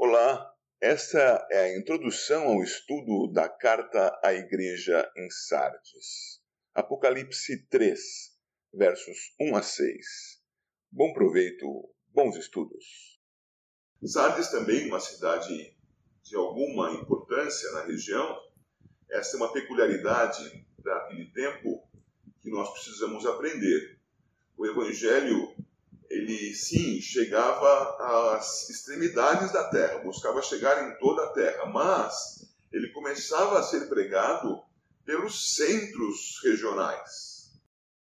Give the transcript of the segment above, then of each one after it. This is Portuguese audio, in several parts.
Olá, esta é a introdução ao estudo da carta à igreja em Sardes. Apocalipse 3, versos 1 a 6. Bom proveito, bons estudos. Sardes também uma cidade de alguma importância na região. Esta é uma peculiaridade daquele tempo que nós precisamos aprender. O Evangelho, ele sim chegava às extremidades da terra, buscava chegar em toda a terra, mas ele começava a ser pregado pelos centros regionais.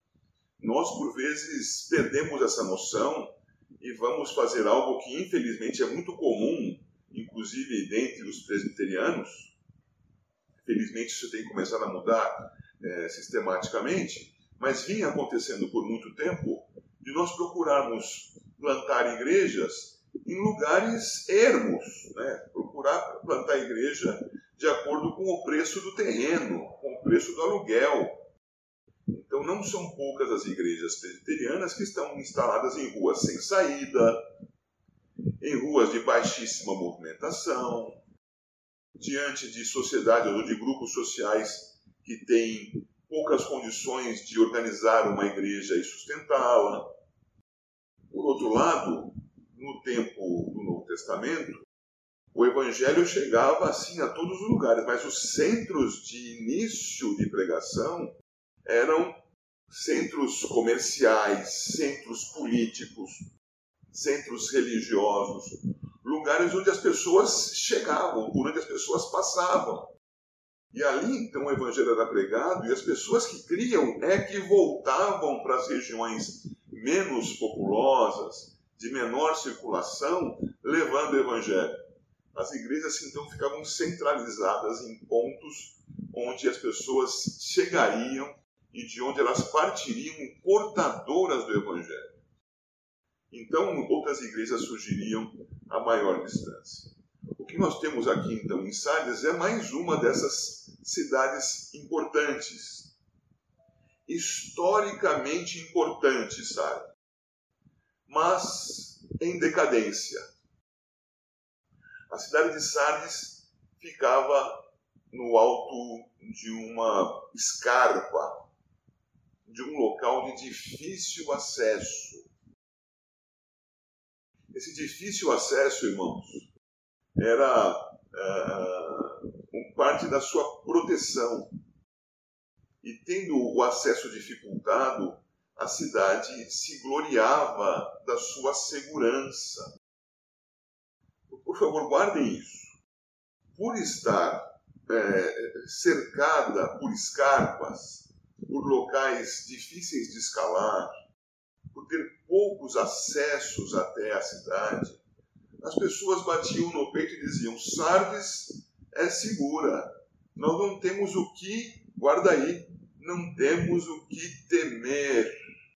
Nós, por vezes, perdemos essa noção e vamos fazer algo que, infelizmente, é muito comum, inclusive dentre os presbiterianos. Felizmente, isso tem começado a mudar sistematicamente, mas vinha acontecendo por muito tempo de nós procurarmos plantar igrejas em lugares ermos, procurar plantar igreja de acordo com o preço do terreno, com o preço do aluguel. Então não são poucas as igrejas presbiterianas que estão instaladas em ruas sem saída, em ruas de baixíssima movimentação, diante de sociedades ou de grupos sociais que têm poucas condições de organizar uma igreja e sustentá-la. Por outro lado, no tempo do Novo Testamento, o Evangelho chegava assim a todos os lugares, mas os centros de início de pregação eram centros comerciais, centros políticos, centros religiosos, lugares onde as pessoas chegavam, por onde as pessoas passavam. E ali, então, o Evangelho era pregado e as pessoas que criam é que voltavam para as regiões menos populosas, de menor circulação, levando o Evangelho. As igrejas, então, ficavam centralizadas em pontos onde as pessoas chegariam e de onde elas partiriam portadoras do Evangelho. Então, outras igrejas surgiriam a maior distância. O que nós temos aqui, então, em Sardes é mais uma dessas cidades importantes, historicamente importantes, sabe? Mas em decadência. A cidade de Sardes ficava no alto de uma escarpa, de um local de difícil acesso. Esse difícil acesso, irmãos, era parte da sua proteção. E tendo o acesso dificultado, a cidade se gloriava da sua segurança. Por favor, guardem isso. Por estar cercada por escarpas, por locais difíceis de escalar, por ter poucos acessos até a cidade, as pessoas batiam no peito e diziam: Sardes é segura, nós não temos o que, guarda aí, não temos o que temer.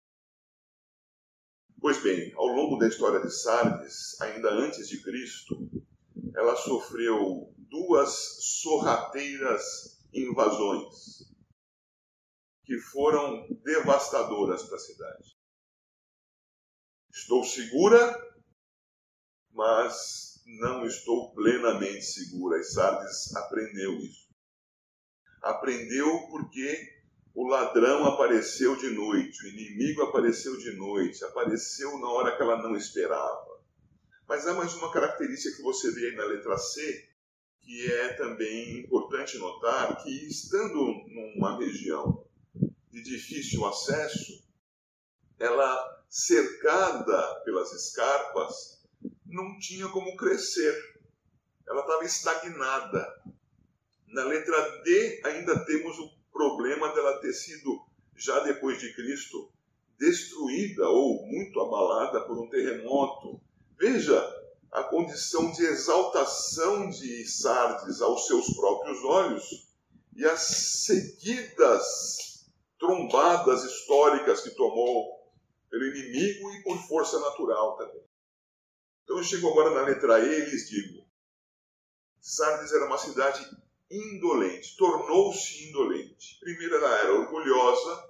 Pois bem, ao longo da história de Sardes, ainda antes de Cristo, ela sofreu duas sorrateiras invasões que foram devastadoras para a cidade. Estou segura, mas não estou plenamente segura. E Sardes aprendeu isso. Aprendeu porque o ladrão apareceu de noite, o inimigo apareceu de noite, apareceu na hora que ela não esperava. Mas há mais uma característica que você vê aí na letra C, que é também importante notar, que estando numa região de difícil acesso, ela, cercada pelas escarpas, não tinha como crescer. Ela estava estagnada. Na letra D ainda temos o problema dela ter sido, já depois de Cristo, destruída ou muito abalada por um terremoto. Veja a condição de exaltação de Sardes aos seus próprios olhos e as seguidas trombadas históricas que tomou pelo inimigo e por força natural também. Então eu chego agora na letra E e lhes digo: Sardes era uma cidade indolente, tornou-se indolente. Primeiro ela era orgulhosa,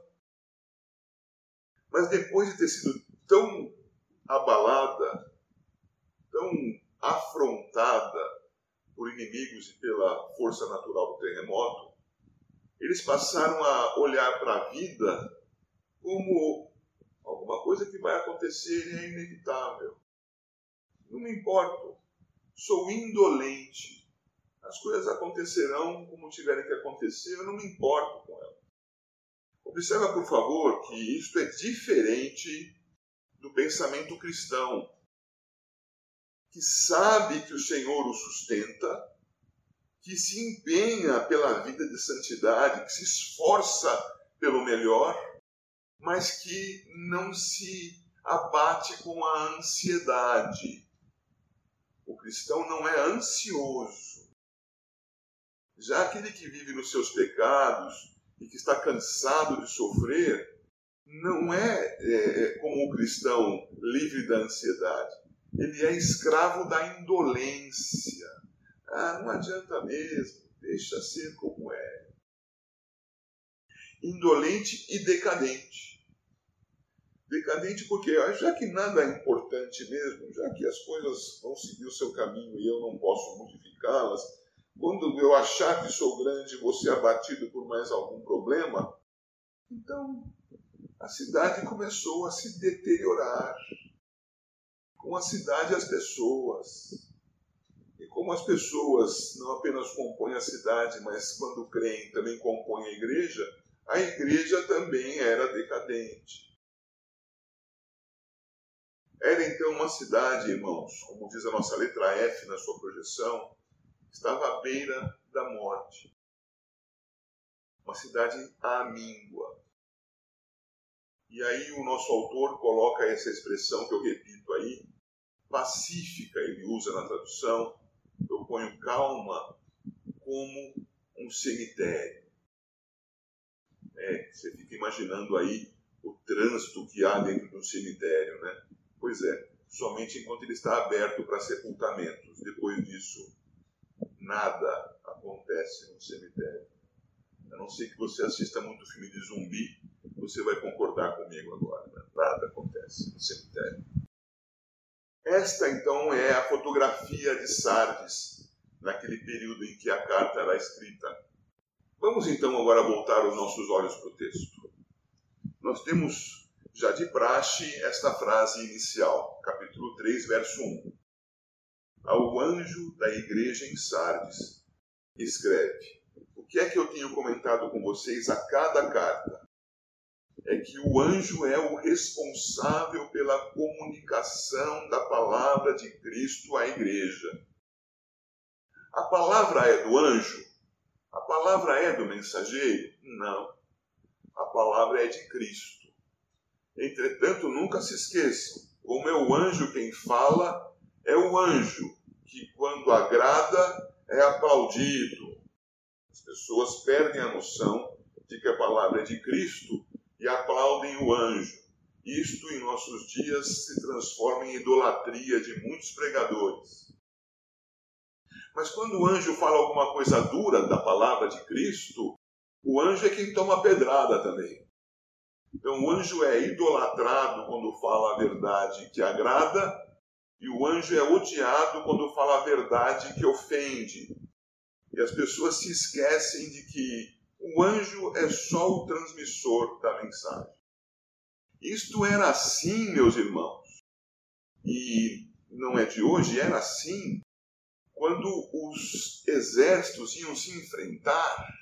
mas depois de ter sido tão abalada, tão afrontada por inimigos e pela força natural do terremoto, eles passaram a olhar para a vida como alguma coisa que vai acontecer e é inevitável. Não me importo, sou indolente. As coisas acontecerão como tiverem que acontecer, eu não me importo com elas. Observa, por favor, que isto é diferente do pensamento cristão, que sabe que o Senhor o sustenta, que se empenha pela vida de santidade, que se esforça pelo melhor, mas que não se abate com a ansiedade. O cristão não é ansioso. Já aquele que vive nos seus pecados e que está cansado de sofrer, não é como o cristão livre da ansiedade. Ele é escravo da indolência. Não adianta mesmo, deixa ser como é. Indolente e decadente. Decadente porque, já que nada é importante mesmo, já que as coisas vão seguir o seu caminho e eu não posso modificá-las, quando eu achar que sou grande e vou ser abatido por mais algum problema, então a cidade começou a se deteriorar. Com a cidade as pessoas. E como as pessoas não apenas compõem a cidade, mas quando creem também compõem a igreja também era decadente. Era então uma cidade, irmãos, como diz a nossa letra F na sua projeção, estava à beira da morte. Uma cidade amíngua. E aí o nosso autor coloca essa expressão que eu repito aí, pacífica, ele usa na tradução, eu ponho calma, como um cemitério. Você fica imaginando aí o trânsito que há dentro de um cemitério, né? Pois é, somente enquanto ele está aberto para sepultamentos. Depois disso, nada acontece no cemitério. A não ser que você assista muito filme de zumbi, você vai concordar comigo agora. Né? Nada acontece no cemitério. Esta, então, é a fotografia de Sardes, naquele período em que a carta era escrita. Vamos, então, agora voltar os nossos olhos para o texto. Nós temos, já de praxe, esta frase inicial, capítulo 3, verso 1. Ao anjo da igreja em Sardes, escreve. O que é que eu tenho comentado com vocês a cada carta? É que o anjo é o responsável pela comunicação da palavra de Cristo à igreja. A palavra é do anjo? A palavra é do mensageiro? Não. A palavra é de Cristo. Entretanto, nunca se esqueçam, como é o anjo quem fala, é o anjo que, quando agrada, é aplaudido. As pessoas perdem a noção de que a palavra é de Cristo e aplaudem o anjo. Isto, em nossos dias, se transforma em idolatria de muitos pregadores. Mas quando o anjo fala alguma coisa dura da palavra de Cristo, o anjo é quem toma pedrada também. Então o anjo é idolatrado quando fala a verdade que agrada, e o anjo é odiado quando fala a verdade que ofende. E as pessoas se esquecem de que o anjo é só o transmissor da mensagem. Isto era assim, meus irmãos. E não é de hoje, era assim quando os exércitos iam se enfrentar.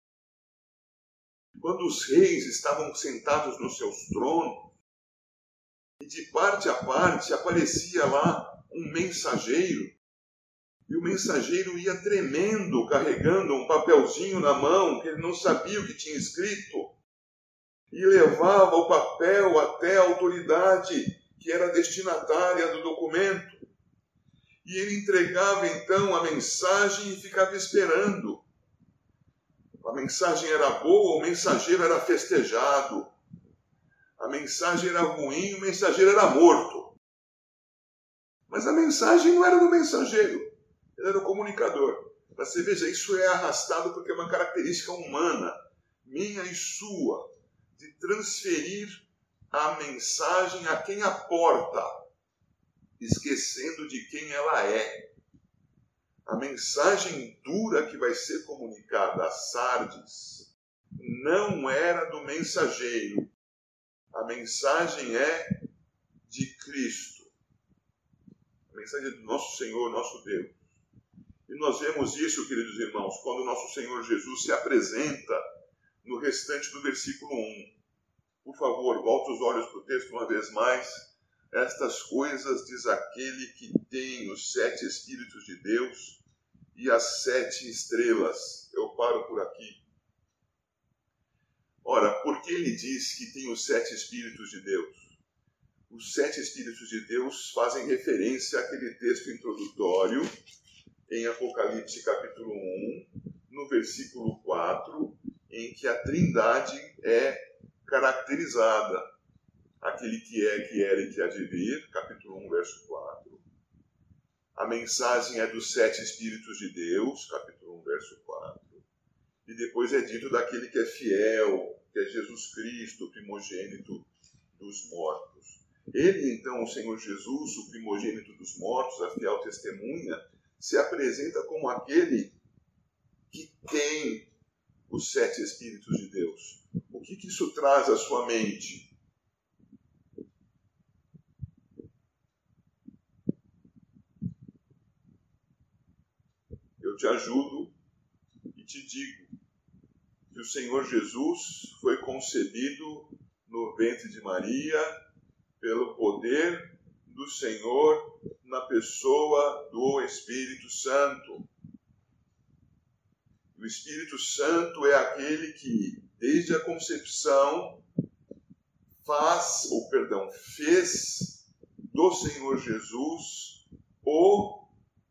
Quando os reis estavam sentados nos seus tronos, e de parte a parte aparecia lá um mensageiro, e o mensageiro ia tremendo, carregando um papelzinho na mão, que ele não sabia o que tinha escrito, e levava o papel até a autoridade que era destinatária do documento. E ele entregava então a mensagem e ficava esperando. A mensagem era boa, o mensageiro era festejado. A mensagem era ruim, o mensageiro era morto. Mas a mensagem não era do mensageiro, ele era o comunicador. Mas você veja, isso é arrastado porque é uma característica humana, minha e sua, de transferir a mensagem a quem a porta. esquecendo de quem ela é. A mensagem dura que vai ser comunicada a Sardes não era do mensageiro. A mensagem é de Cristo. A mensagem é do nosso Senhor, nosso Deus. E nós vemos isso, queridos irmãos, quando o nosso Senhor Jesus se apresenta no restante do versículo 1. Por favor, volte os olhos para o texto uma vez mais. Estas coisas diz aquele que tem os 7 Espíritos de Deus e as 7 estrelas. Eu paro por aqui. Ora, por que ele diz que tem os 7 Espíritos de Deus? Os 7 Espíritos de Deus fazem referência àquele texto introdutório em Apocalipse capítulo 1, no versículo 4, em que a Trindade é caracterizada. Aquele que é, que era e que há de vir, capítulo 1, verso 4. A mensagem é dos 7 Espíritos de Deus, capítulo 1, verso 4. E depois é dito daquele que é fiel, que é Jesus Cristo, o primogênito dos mortos. Ele, então, o Senhor Jesus, o primogênito dos mortos, a fiel testemunha, se apresenta como aquele que tem os 7 Espíritos de Deus. O que isso traz à sua mente? Eu te ajudo e te digo que o Senhor Jesus foi concebido no ventre de Maria pelo poder do Senhor na pessoa do Espírito Santo. O Espírito Santo é aquele que, desde a concepção, fez do Senhor Jesus o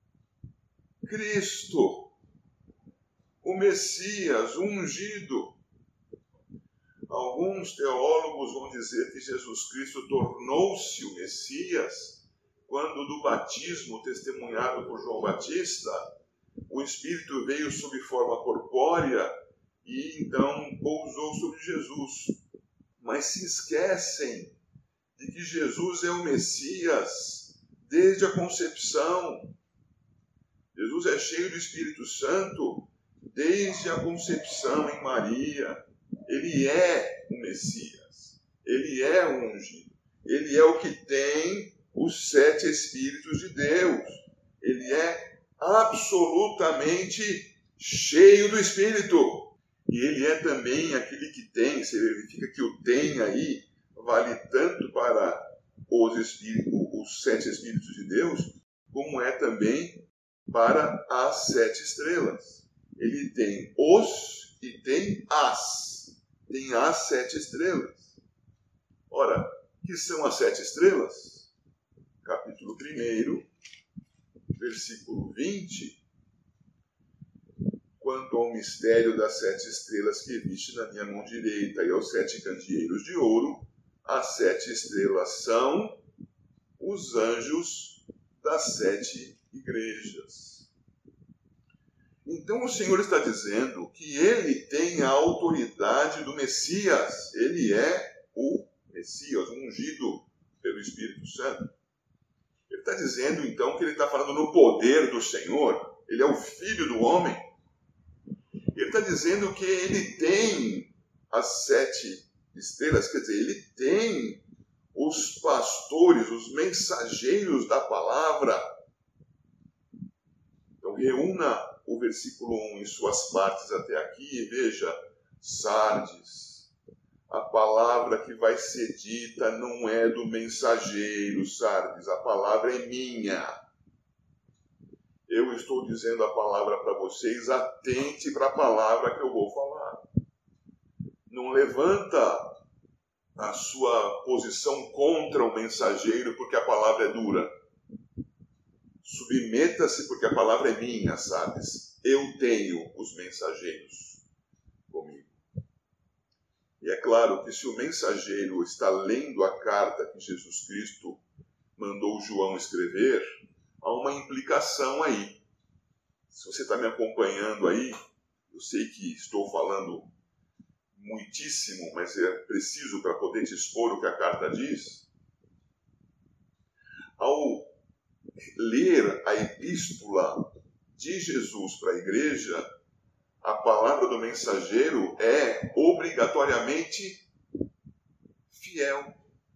Cristo, o Messias, o ungido. Alguns teólogos vão dizer que Jesus Cristo tornou-se o Messias quando do batismo testemunhado por João Batista, o Espírito veio sob forma corpórea e então pousou sobre Jesus. Mas se esquecem de que Jesus é o Messias desde a concepção. Jesus é cheio do Espírito Santo desde a concepção em Maria. Ele é o Messias. Ele é o ungido. Ele é o que tem os 7 Espíritos de Deus. Ele é absolutamente cheio do Espírito. E ele é também aquele que tem, você verifica que o tem aí vale tanto para os 7 Espíritos de Deus, como é também para as 7 estrelas. Ele tem os e tem as. Tem as 7 estrelas. Ora, que são as 7 estrelas? Capítulo 1, versículo 20. Quanto ao mistério das 7 estrelas que viste na minha mão direita e aos 7 candeeiros de ouro, as 7 estrelas são os anjos das 7 igrejas. Então o Senhor está dizendo que ele tem a autoridade do Messias. Ele é o Messias, ungido pelo Espírito Santo. Ele está dizendo então que ele está falando no poder do Senhor. Ele é o Filho do homem. Ele está dizendo que ele tem as 7 estrelas, quer dizer, ele tem os pastores, os mensageiros da palavra. Então reúna o versículo 1 em suas partes até aqui e veja, Sardes, a palavra que vai ser dita não é do mensageiro, Sardes, a palavra é minha. Eu estou dizendo a palavra para vocês, atente para a palavra que eu vou falar. Não levanta a sua posição contra o mensageiro porque a palavra é dura. Submeta-se porque a palavra é minha, Sardes. Eu tenho os mensageiros comigo. E é claro que se o mensageiro está lendo a carta que Jesus Cristo mandou João escrever, há uma implicação aí. Se você está me acompanhando aí, eu sei que estou falando muitíssimo, mas é preciso para poder te expor o que a carta diz. Ao ler a epístola de Jesus para a igreja, a palavra do mensageiro é obrigatoriamente fiel.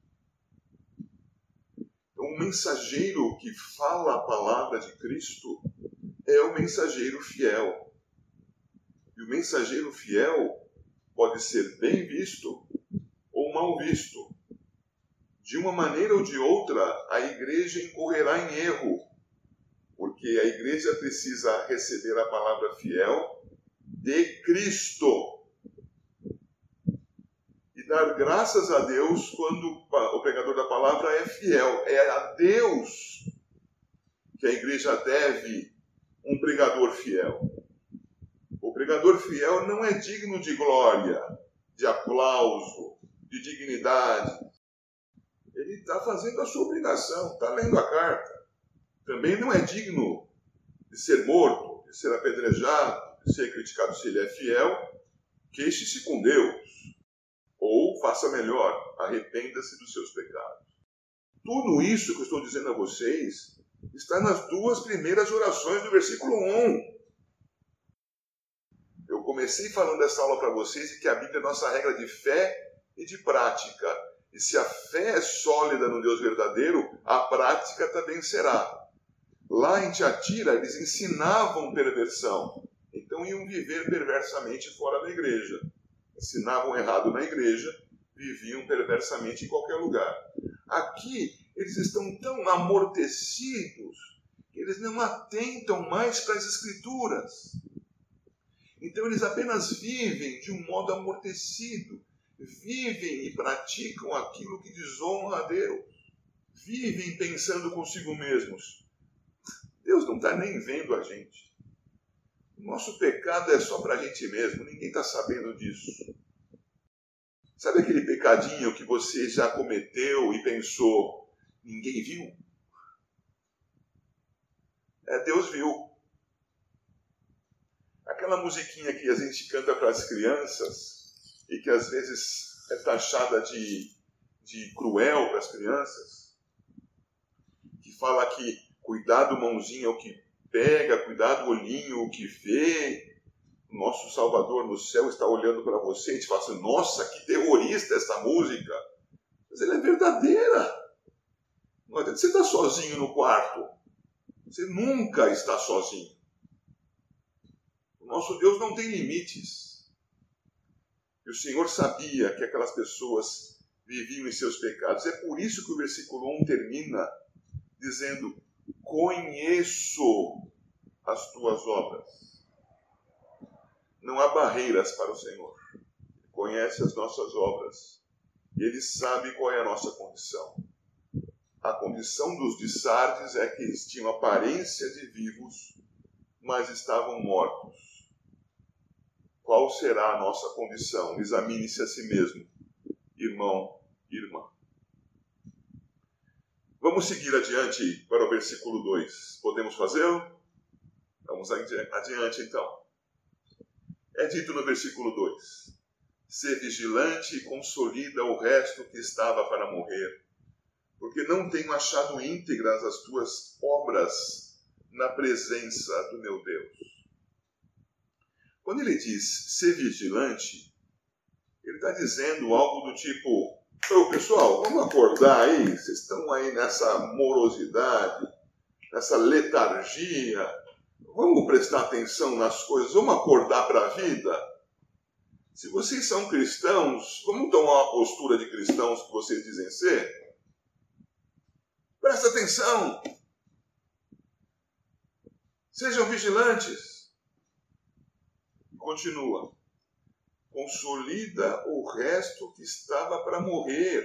Então, o mensageiro que fala a palavra de Cristo é o mensageiro fiel. E o mensageiro fiel pode ser bem visto ou mal visto. De uma maneira ou de outra, a igreja incorrerá em erro, porque a igreja precisa receber a palavra fiel de Cristo e dar graças a Deus quando o pregador da palavra é fiel. É a Deus que a igreja deve um pregador fiel. O pregador fiel não é digno de glória, de aplauso, de dignidade. Ele está fazendo a sua obrigação, está lendo a carta. Também não é digno de ser morto, de ser apedrejado, de ser criticado. Se ele é fiel, queixe-se com Deus. Ou, faça melhor, arrependa-se dos seus pecados. Tudo isso que eu estou dizendo a vocês está nas duas primeiras orações do versículo 1. Eu comecei falando essa aula para vocês e que a Bíblia é nossa regra de fé e de prática. E se a fé é sólida no Deus verdadeiro, a prática também será. Lá em Tiatira, eles ensinavam perversão. Então iam viver perversamente fora da igreja. Ensinavam errado na igreja, viviam perversamente em qualquer lugar. Aqui, eles estão tão amortecidos que eles não atentam mais para as Escrituras. Então eles apenas vivem de um modo amortecido. Vivem e praticam aquilo que desonra a Deus. Vivem pensando consigo mesmos. Deus não está nem vendo a gente. O nosso pecado é só para a gente mesmo. Ninguém está sabendo disso. Sabe aquele pecadinho que você já cometeu e pensou, ninguém viu? Deus viu. Aquela musiquinha que a gente canta para as crianças e que às vezes é taxada de cruel para as crianças, que fala que cuidado mãozinha o que pega, cuidado olhinho o que vê, o nosso Salvador no céu está olhando para você e te fala assim, nossa, que terrorista essa música, mas ela é verdadeira. Não adianta você estar sozinho no quarto, você nunca está sozinho. O nosso Deus não tem limites. E o Senhor sabia que aquelas pessoas viviam em seus pecados. É por isso que o versículo 1 termina dizendo, conheço as tuas obras. Não há barreiras para o Senhor. Ele conhece as nossas obras. E Ele sabe qual é a nossa condição. A condição dos de Sardes é que eles tinham aparência de vivos, mas estavam mortos. Qual será a nossa condição? Examine-se a si mesmo, irmão e irmã. Vamos seguir adiante para o versículo 2. Podemos fazê-lo? Vamos adiante então. É dito no versículo 2. Ser vigilante e consolida o resto que estava para morrer, porque não tenho achado íntegras as tuas obras na presença do meu Deus. Quando ele diz ser vigilante, ele está dizendo algo do tipo, pessoal, vamos acordar aí, vocês estão aí nessa morosidade, nessa letargia, vamos prestar atenção nas coisas, vamos acordar para a vida. Se vocês são cristãos, vamos tomar uma postura de cristãos que vocês dizem ser? Presta atenção. Sejam vigilantes. Continua. Consolida o resto que estava para morrer.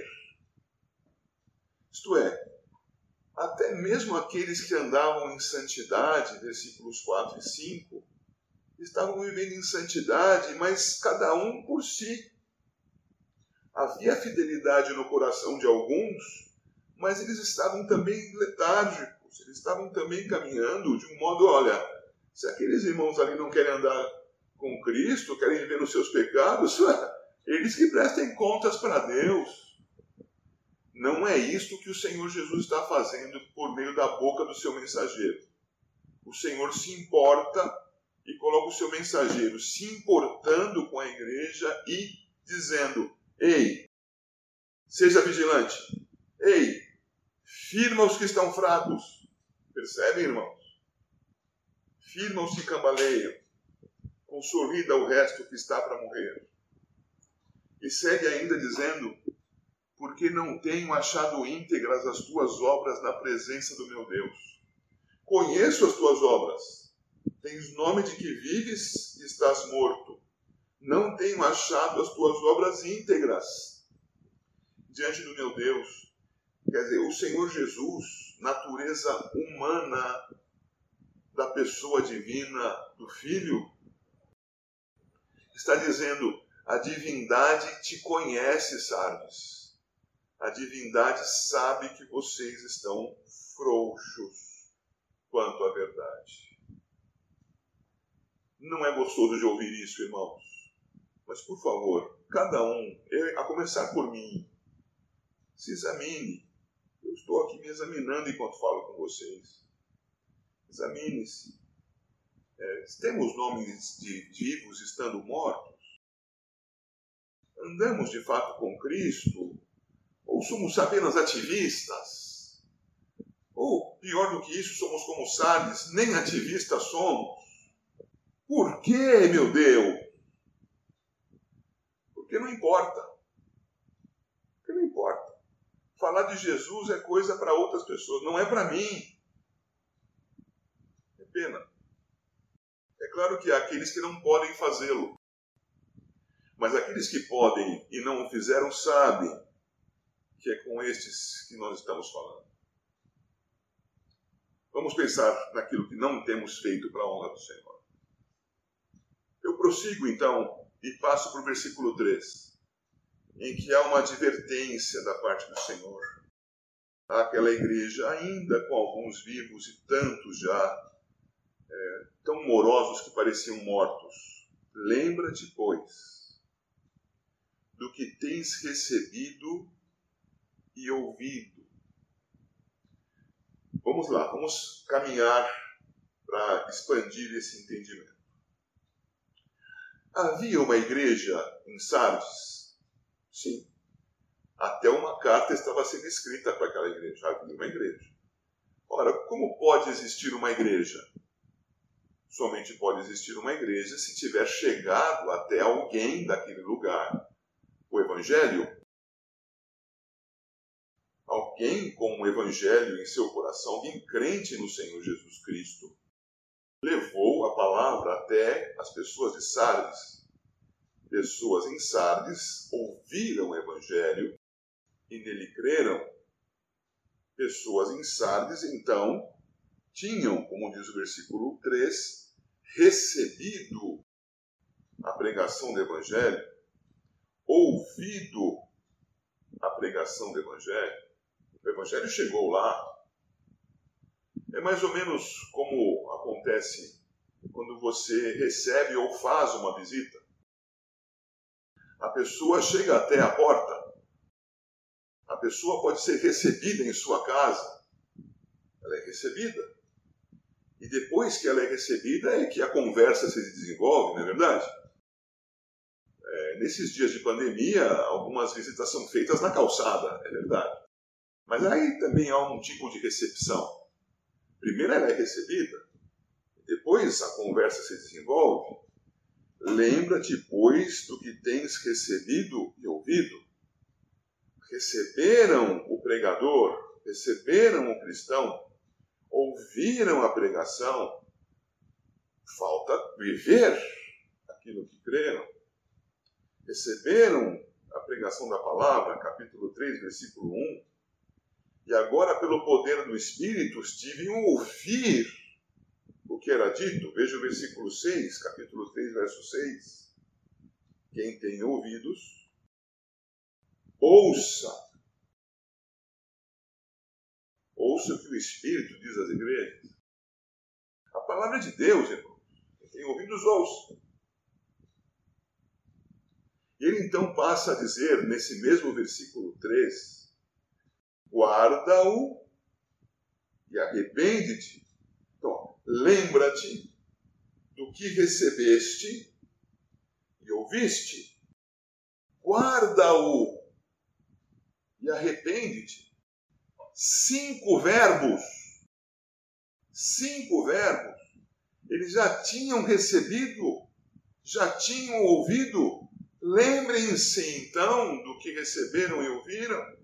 Isto é, até mesmo aqueles que andavam em santidade, versículos 4 e 5, estavam vivendo em santidade, mas cada um por si. Havia fidelidade no coração de alguns, mas eles estavam também letárgicos, eles estavam também caminhando de um modo, olha, se aqueles irmãos ali não querem andar com Cristo, querem viver nos seus pecados, eles que prestem contas para Deus. Não é isto que o Senhor Jesus está fazendo por meio da boca do seu mensageiro. O Senhor se importa e coloca o seu mensageiro se importando com a igreja e dizendo: ei, seja vigilante. Ei, firma os que estão fracos. Percebem, irmãos? Firma os que cambaleiam. Consolida o resto que está para morrer. E segue ainda dizendo: porque não tenho achado íntegras as tuas obras na presença do meu Deus. Conheço as tuas obras. Tens nome de que vives e estás morto. Não tenho achado as tuas obras íntegras diante do meu Deus. Quer dizer, o Senhor Jesus, natureza humana da pessoa divina do Filho, está dizendo: a divindade te conhece, Sardes. A divindade sabe que vocês estão frouxos quanto à verdade. Não é gostoso de ouvir isso, irmãos. Mas, por favor, cada um, a começar por mim, se examine. Eu estou aqui me examinando enquanto falo com vocês. Examine-se. Temos nomes de vivos estando mortos? Andamos de fato com Cristo? Ou somos apenas ativistas? Ou, pior do que isso, somos como Sardes, nem ativistas somos? Por quê, meu Deus? Porque não importa. Porque não importa. Falar de Jesus é coisa para outras pessoas, não é para mim. É pena. É claro que há aqueles que não podem fazê-lo. Mas aqueles que podem e não o fizeram sabem que é com estes que nós estamos falando. Vamos pensar naquilo que não temos feito para a honra do Senhor. Eu prossigo então e passo para o versículo 3, em que há uma advertência da parte do Senhor àquela igreja, ainda com alguns vivos e tantos já, tão morosos que pareciam mortos. Lembra-te, pois, do que tens recebido e ouvido. Vamos lá, vamos caminhar para expandir esse entendimento. Havia uma igreja em Sardes? Sim. Até uma carta estava sendo escrita para aquela igreja. Havia uma igreja. Ora, como pode existir uma igreja? Somente pode existir uma igreja se tiver chegado até alguém daquele lugar o Evangelho. Alguém com o Evangelho em seu coração, alguém crente no Senhor Jesus Cristo, levou a palavra até as pessoas de Sardes. Pessoas em Sardes ouviram o Evangelho e nele creram. Pessoas em Sardes, então, tinham, como diz o versículo 3, recebido a pregação do Evangelho, ouvido a pregação do Evangelho. O Evangelho chegou lá. É mais ou menos como acontece quando você recebe ou faz uma visita. A pessoa chega até a porta. A pessoa pode ser recebida em sua casa. Ela é recebida. E depois que ela é recebida é que a conversa se desenvolve, não é verdade? Nesses dias de pandemia, algumas visitas são feitas na calçada, é verdade. Mas aí também há um tipo de recepção. Primeiro ela é recebida, depois a conversa se desenvolve. Lembra-te, pois, do que tens recebido e ouvido. Receberam o pregador, receberam o cristão, ouviram a pregação. Falta viver aquilo que creram. Receberam a pregação da palavra, capítulo 3, versículo 1. E agora, pelo poder do Espírito, tive a ouvir o que era dito. Veja o versículo 6, capítulo 3, verso 6. Quem tem ouvidos, ouça. Ouça o que o Espírito diz às igrejas. A palavra é de Deus, irmão. Quem tem ouvidos, ouça. E ele então passa a dizer, nesse mesmo versículo 3, guarda-o e arrepende-te. Então, lembra-te do que recebeste e ouviste. Guarda-o e arrepende-te. 5 verbos. 5 verbos. Eles já tinham recebido, já tinham ouvido. Lembrem-se, então, do que receberam e ouviram.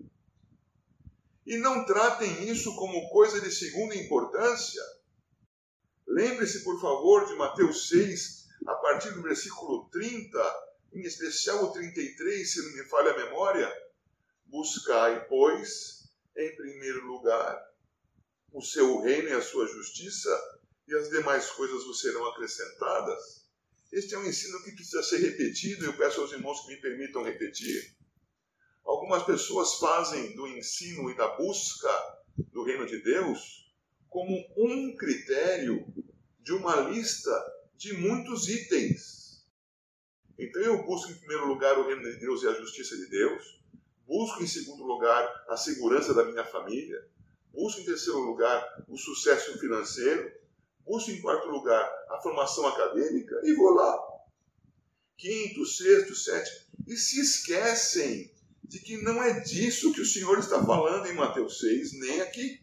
E não tratem isso como coisa de segunda importância. Lembre-se, por favor, de Mateus 6, a partir do versículo 30, em especial o 33, se não me falha a memória. Buscai, pois, em primeiro lugar, o seu reino e a sua justiça, e as demais coisas vos serão acrescentadas. Este é um ensino que precisa ser repetido, e eu peço aos irmãos que me permitam repetir. Algumas pessoas fazem do ensino e da busca do reino de Deus como um critério de uma lista de muitos itens. Então eu busco em primeiro lugar o reino de Deus e a justiça de Deus, busco em segundo lugar a segurança da minha família, busco em terceiro lugar o sucesso financeiro, busco em quarto lugar a formação acadêmica e vou lá. Quinto, sexto, sétimo. E se esquecem de que não é disso que o Senhor está falando em Mateus 6, nem aqui.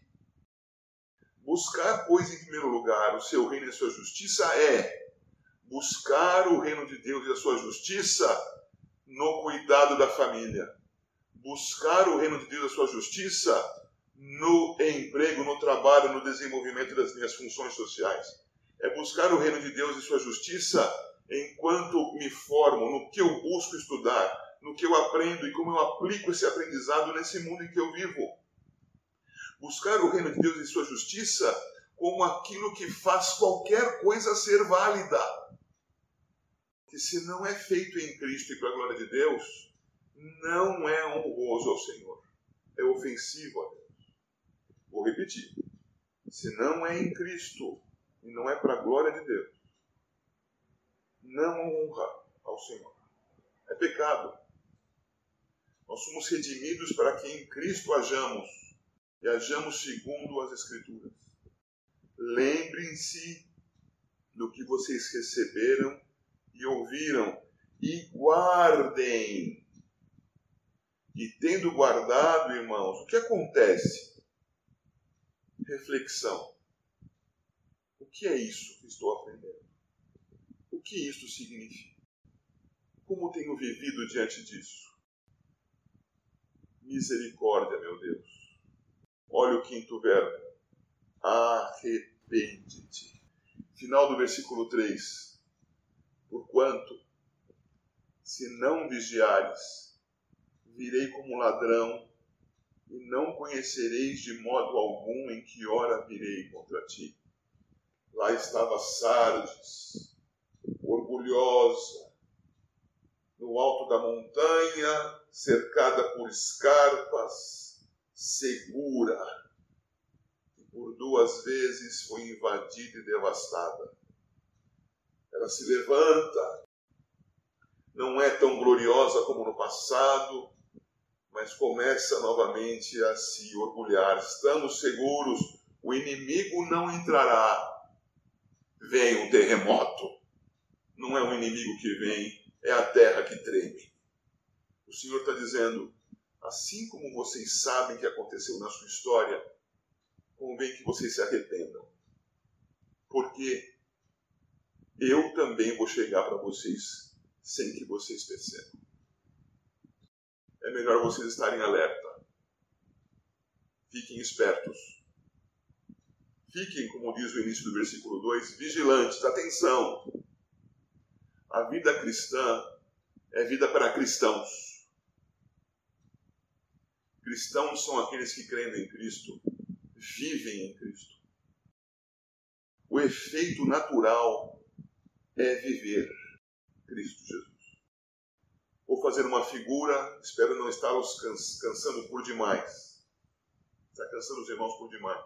Buscar, pois, em primeiro lugar o seu reino e a sua justiça é buscar o reino de Deus e a sua justiça no cuidado da família. Buscar o reino de Deus e a sua justiça no emprego, no trabalho, no desenvolvimento das minhas funções sociais. É buscar o reino de Deus e sua justiça enquanto me formo, no que eu busco estudar, no que eu aprendo e como eu aplico esse aprendizado nesse mundo em que eu vivo. Buscar o reino de Deus e sua justiça como aquilo que faz qualquer coisa ser válida. Que se não é feito em Cristo e para a glória de Deus, não é honroso ao Senhor. É ofensivo a Deus. Vou repetir. Se não é em Cristo e não é para a glória de Deus, não honra ao Senhor. É pecado. Nós somos redimidos para que em Cristo hajamos, e hajamos segundo as Escrituras. Lembrem-se do que vocês receberam e ouviram, e guardem. E tendo guardado, irmãos, o que acontece? Reflexão. O que é isso que estou aprendendo? O que isto significa? Como tenho vivido diante disso? Misericórdia, meu Deus. Olha o quinto verbo. Arrepende-te. Final do versículo 3. Porquanto, se não vigiares, virei como ladrão, e não conhecereis de modo algum em que hora virei contra ti. Lá estava Sardes, orgulhosa, no alto da montanha, cercada por escarpas, segura, e por 2 vezes foi invadida e devastada. Ela se levanta, não é tão gloriosa como no passado, mas começa novamente a se orgulhar. Estamos seguros, o inimigo não entrará. Vem um terremoto. Não é um inimigo que vem, é a terra que treme. O Senhor está dizendo, assim como vocês sabem que aconteceu na sua história, convém que vocês se arrependam. Porque eu também vou chegar para vocês sem que vocês percebam. É melhor vocês estarem alerta. Fiquem espertos. Fiquem, como diz o início do versículo 2, vigilantes. Atenção! A vida cristã é vida para cristãos. Cristãos são aqueles que creem em Cristo, vivem em Cristo. O efeito natural é viver Cristo Jesus. Vou fazer uma figura, espero não estar os cansando por demais. Está cansando os irmãos por demais.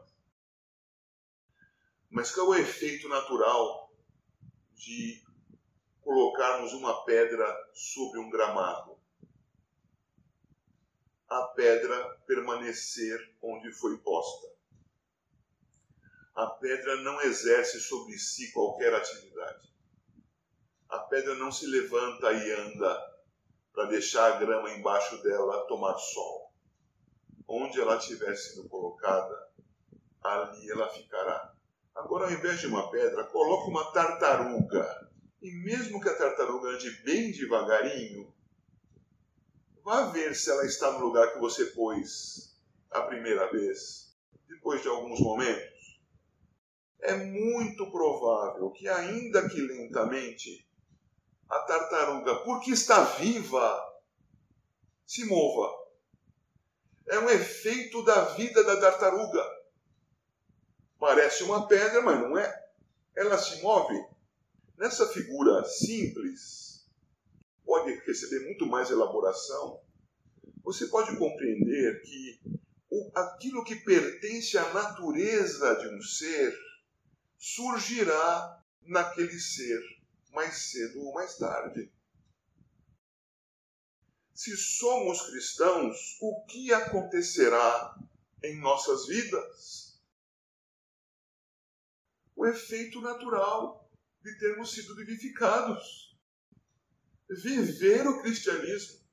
Mas qual é o efeito natural de colocarmos uma pedra sobre um gramado? a pedra permanecer onde foi posta. A pedra não exerce sobre si qualquer atividade. A pedra não se levanta e anda para deixar a grama embaixo dela tomar sol. Onde ela estiver sendo colocada, ali ela ficará. Agora, ao invés de uma pedra, coloque uma tartaruga. E mesmo que a tartaruga ande bem devagarinho, vá ver se ela está no lugar que você pôs a primeira vez, depois de alguns momentos. É muito provável que, ainda que lentamente, a tartaruga, porque está viva, se mova. É um efeito da vida da tartaruga. Parece uma pedra, mas não é. Ela se move. Nessa figura simples, pode receber muito mais elaboração. Você pode compreender que aquilo que pertence à natureza de um ser surgirá naquele ser mais cedo ou mais tarde. Se somos cristãos, o que acontecerá em nossas vidas? O efeito natural de termos sido vivificados. Viver o cristianismo